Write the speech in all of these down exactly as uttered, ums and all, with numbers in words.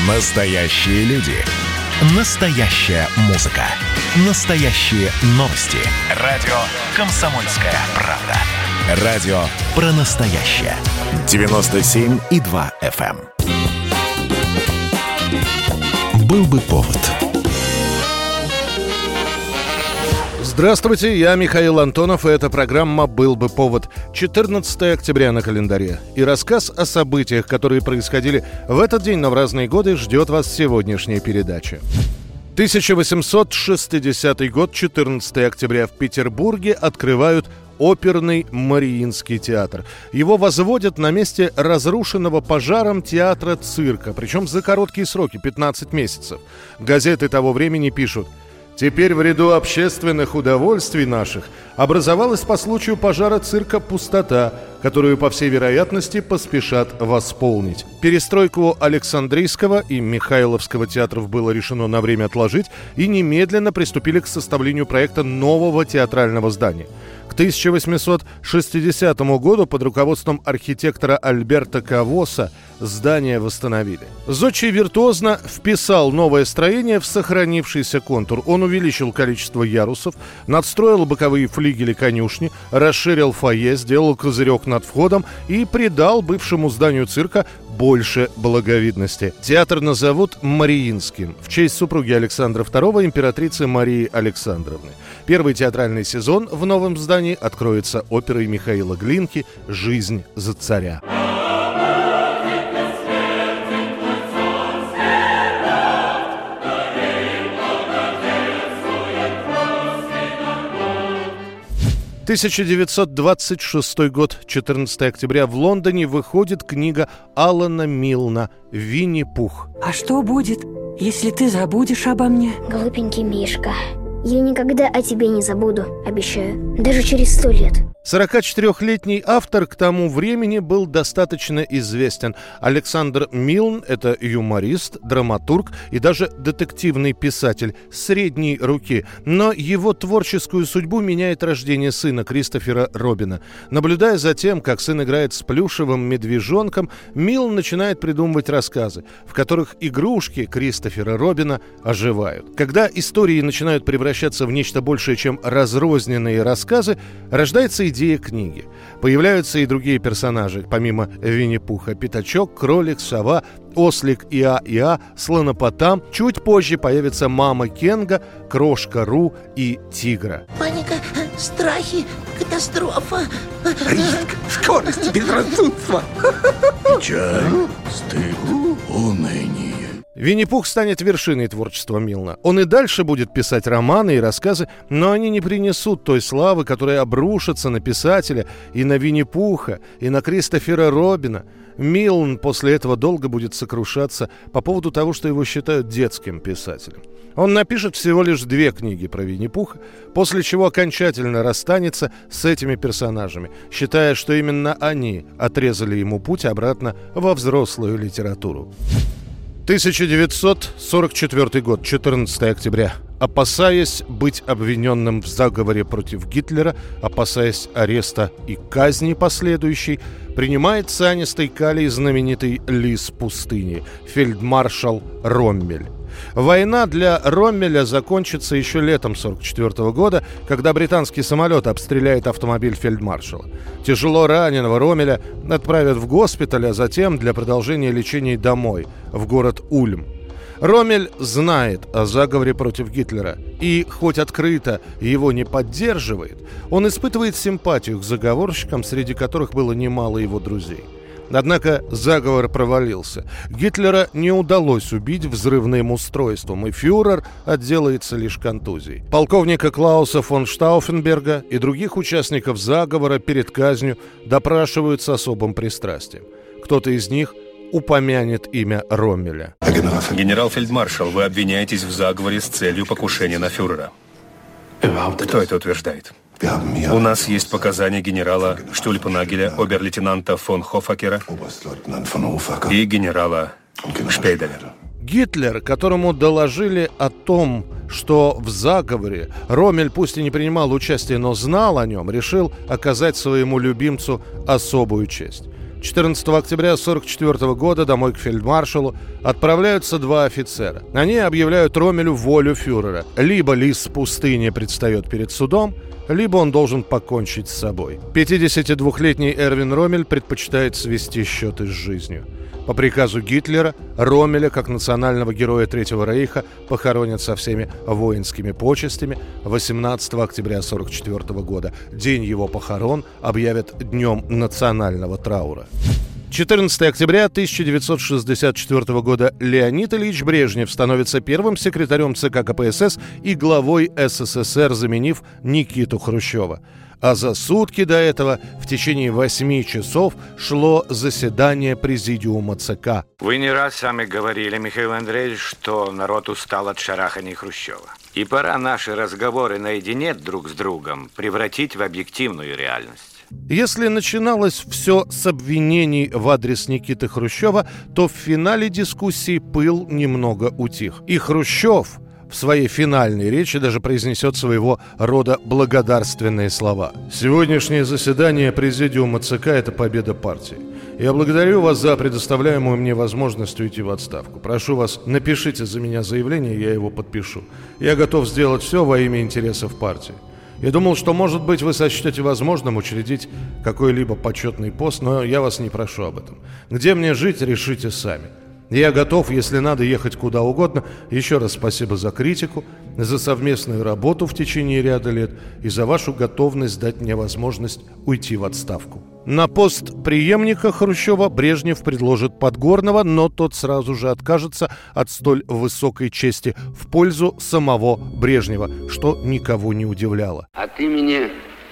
Настоящие люди. Настоящая музыка. Настоящие новости. Радио «Комсомольская правда». Радио про настоящее. девяносто семь и два эф эм. Был бы повод. Здравствуйте, я Михаил Антонов, и эта программа «Был бы повод». четырнадцатое октября на календаре. И рассказ о событиях, которые происходили в этот день, но в разные годы, ждет вас в сегодняшней передаче. тысяча восемьсот шестидесятый год, четырнадцатое октября, в Петербурге открывают оперный Мариинский театр. Его возводят на месте разрушенного пожаром театра-цирка, причем за короткие сроки, пятнадцать месяцев. Газеты того времени пишут: «Теперь в ряду общественных удовольствий наших образовалась по случаю пожара цирка пустота, которую, по всей вероятности, поспешат восполнить». Перестройку Александрийского и Михайловского театров было решено на время отложить, и немедленно приступили к составлению проекта нового театрального здания. К тысяча восемьсот шестидесятому году под руководством архитектора Альберта Кавоса здание восстановили. Зодчий виртуозно вписал новое строение в сохранившийся контур. Он увеличил количество ярусов, надстроил боковые флигели конюшни, расширил фойе, сделал козырек над входом и придал бывшему зданию цирка больше благовидности. Театр назовут Мариинским в честь супруги Александра второго, императрицы Марии Александровны. Первый театральный сезон в новом здании откроется оперой Михаила Глинки «Жизнь за царя». тысяча девятьсот двадцать шестой год, четырнадцатое октября, в Лондоне выходит книга Алана Милна «Винни-Пух». А что будет, если ты забудешь обо мне? Глупенький Мишка, я никогда о тебе не забуду, обещаю, даже через сто лет. сорокачетырёхлетний автор к тому времени был достаточно известен. Александр Милн – это юморист, драматург и даже детективный писатель средней руки. Но его творческую судьбу меняет рождение сына Кристофера Робина. Наблюдая за тем, как сын играет с плюшевым медвежонком, Милн начинает придумывать рассказы, в которых игрушки Кристофера Робина оживают. Когда истории начинают превращаться в нечто большее, чем разрозненные рассказы, рождается идея идея книги. Появляются и другие персонажи, помимо Винни-Пуха: Пятачок, кролик, сова, ослик Иа-Иа, слонопотам. Чуть позже появится мама Кенга, крошка Ру и тигра. Паника, страхи, катастрофа. Риск, скорость, безрассудство. Печаль, стыд, уныние. Винни-Пух станет вершиной творчества Милна. Он и дальше будет писать романы и рассказы, но они не принесут той славы, которая обрушится на писателя и на Винни-Пуха, и на Кристофера Робина. Милн после этого долго будет сокрушаться по поводу того, что его считают детским писателем. Он напишет всего лишь две книги про Винни-Пуха, после чего окончательно расстанется с этими персонажами, считая, что именно они отрезали ему путь обратно во взрослую литературу. тысяча девятьсот сорок четвёртый год, четырнадцатое октября. Опасаясь быть обвиненным в заговоре против Гитлера, опасаясь ареста и казни последующей, принимает цианистый калий знаменитый лис пустыни, фельдмаршал Роммель. Война для Роммеля закончится еще летом сорок четвёртого года, когда британский самолет обстреляет автомобиль фельдмаршала. Тяжело раненого Роммеля отправят в госпиталь, а затем для продолжения лечения домой, в город Ульм. Роммель знает о заговоре против Гитлера и, хоть открыто его не поддерживает, он испытывает симпатию к заговорщикам, среди которых было немало его друзей. Однако заговор провалился. Гитлера не удалось убить взрывным устройством, и фюрер отделается лишь контузией. Полковника Клауса фон Штауфенберга и других участников заговора перед казнью допрашивают с особым пристрастием. Кто-то из них упомянет имя Роммеля. Генерал-фельдмаршал, вы обвиняетесь в заговоре с целью покушения на фюрера. Кто это утверждает? У нас есть показания генерала Штюльпнагеля, обер-лейтенанта фон Хофакера и генерала Шпейделя. Гитлер, которому доложили о том, что в заговоре Роммель пусть и не принимал участия, но знал о нем, решил оказать своему любимцу особую честь. четырнадцатого октября сорок четвёртого года домой к фельдмаршалу отправляются два офицера. Они объявляют Роммелю волю фюрера. Либо лис пустыни предстает перед судом, либо он должен покончить с собой. пятидесятидвухлетний Эрвин Роммель предпочитает свести счеты с жизнью. По приказу Гитлера Роммеля, как национального героя Третьего Рейха, похоронят со всеми воинскими почестями. восемнадцатого октября сорок четвёртого года день его похорон объявят днем национального траура. четырнадцатого октября тысяча девятьсот шестьдесят четвёртого года Леонид Ильич Брежнев становится первым секретарем ЦК КПСС и главой СССР, заменив Никиту Хрущева. А за сутки до этого в течение восьми часов шло заседание президиума ЦК. Вы не раз сами говорили, Михаил Андреевич, что народ устал от шараханий Хрущева. И пора наши разговоры наедине друг с другом превратить в объективную реальность. Если начиналось все с обвинений в адрес Никиты Хрущева, то в финале дискуссии пыл немного утих. И Хрущев в своей финальной речи даже произнесет своего рода благодарственные слова. Сегодняшнее заседание президиума ЦК – это победа партии. Я благодарю вас за предоставляемую мне возможность уйти в отставку. Прошу вас, напишите за меня заявление, я его подпишу. Я готов сделать все во имя интересов партии. Я думал, что, может быть, вы сочтете возможным учредить какой-либо почетный пост, но я вас не прошу об этом. Где мне жить, решите сами. Я готов, если надо, ехать куда угодно. Еще раз спасибо за критику, за совместную работу в течение ряда лет и за вашу готовность дать мне возможность уйти в отставку. На пост преемника Хрущева Брежнев предложит Подгорного, но тот сразу же откажется от столь высокой чести в пользу самого Брежнева, что никого не удивляло. От имени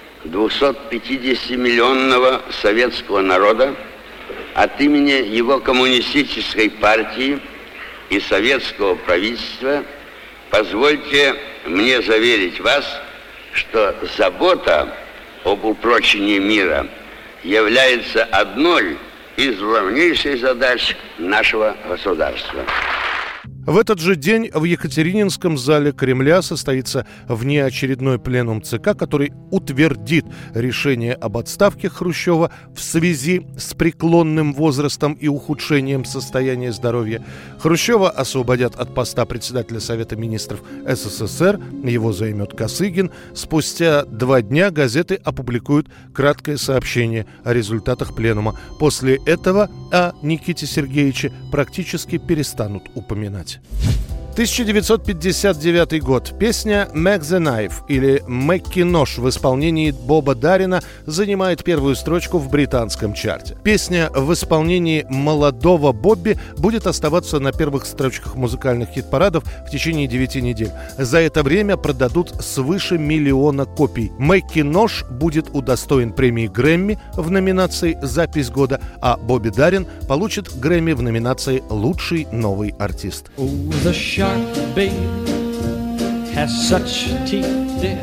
двухсотпятидесятимиллионного советского народа, от имени его коммунистической партии и советского правительства позвольте мне заверить вас, что забота об упрочении мира является одной из главнейших задач нашего государства. В этот же день в Екатерининском зале Кремля состоится внеочередной пленум ЦК, который утвердит решение об отставке Хрущева в связи с преклонным возрастом и ухудшением состояния здоровья. Хрущева освободят от поста председателя Совета министров СССР, его займет Косыгин. Спустя два дня газеты опубликуют краткое сообщение о результатах пленума. После этого о Никите Сергеевиче практически перестанут упоминать. тысяча девятьсот пятьдесят девятый год. Песня «Make the Knife» или «Маккинож» в исполнении Боба Дарина занимает первую строчку в британском чарте. Песня в исполнении молодого Бобби будет оставаться на первых строчках музыкальных хит-парадов в течение девяти недель. За это время продадут свыше миллиона копий. «Маккинож» будет удостоен премии Грэмми в номинации «Запись года», а Бобби Дарин получит Грэмми в номинации «Лучший новый артист». Shark babe has such teeth, dear,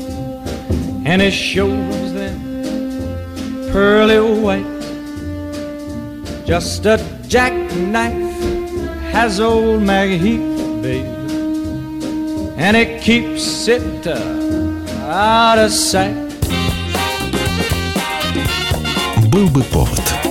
and it shows them pearly white. Just a jackknife has old Maggie Heath, babe, and it keeps it uh, out of sight. Был бы повод.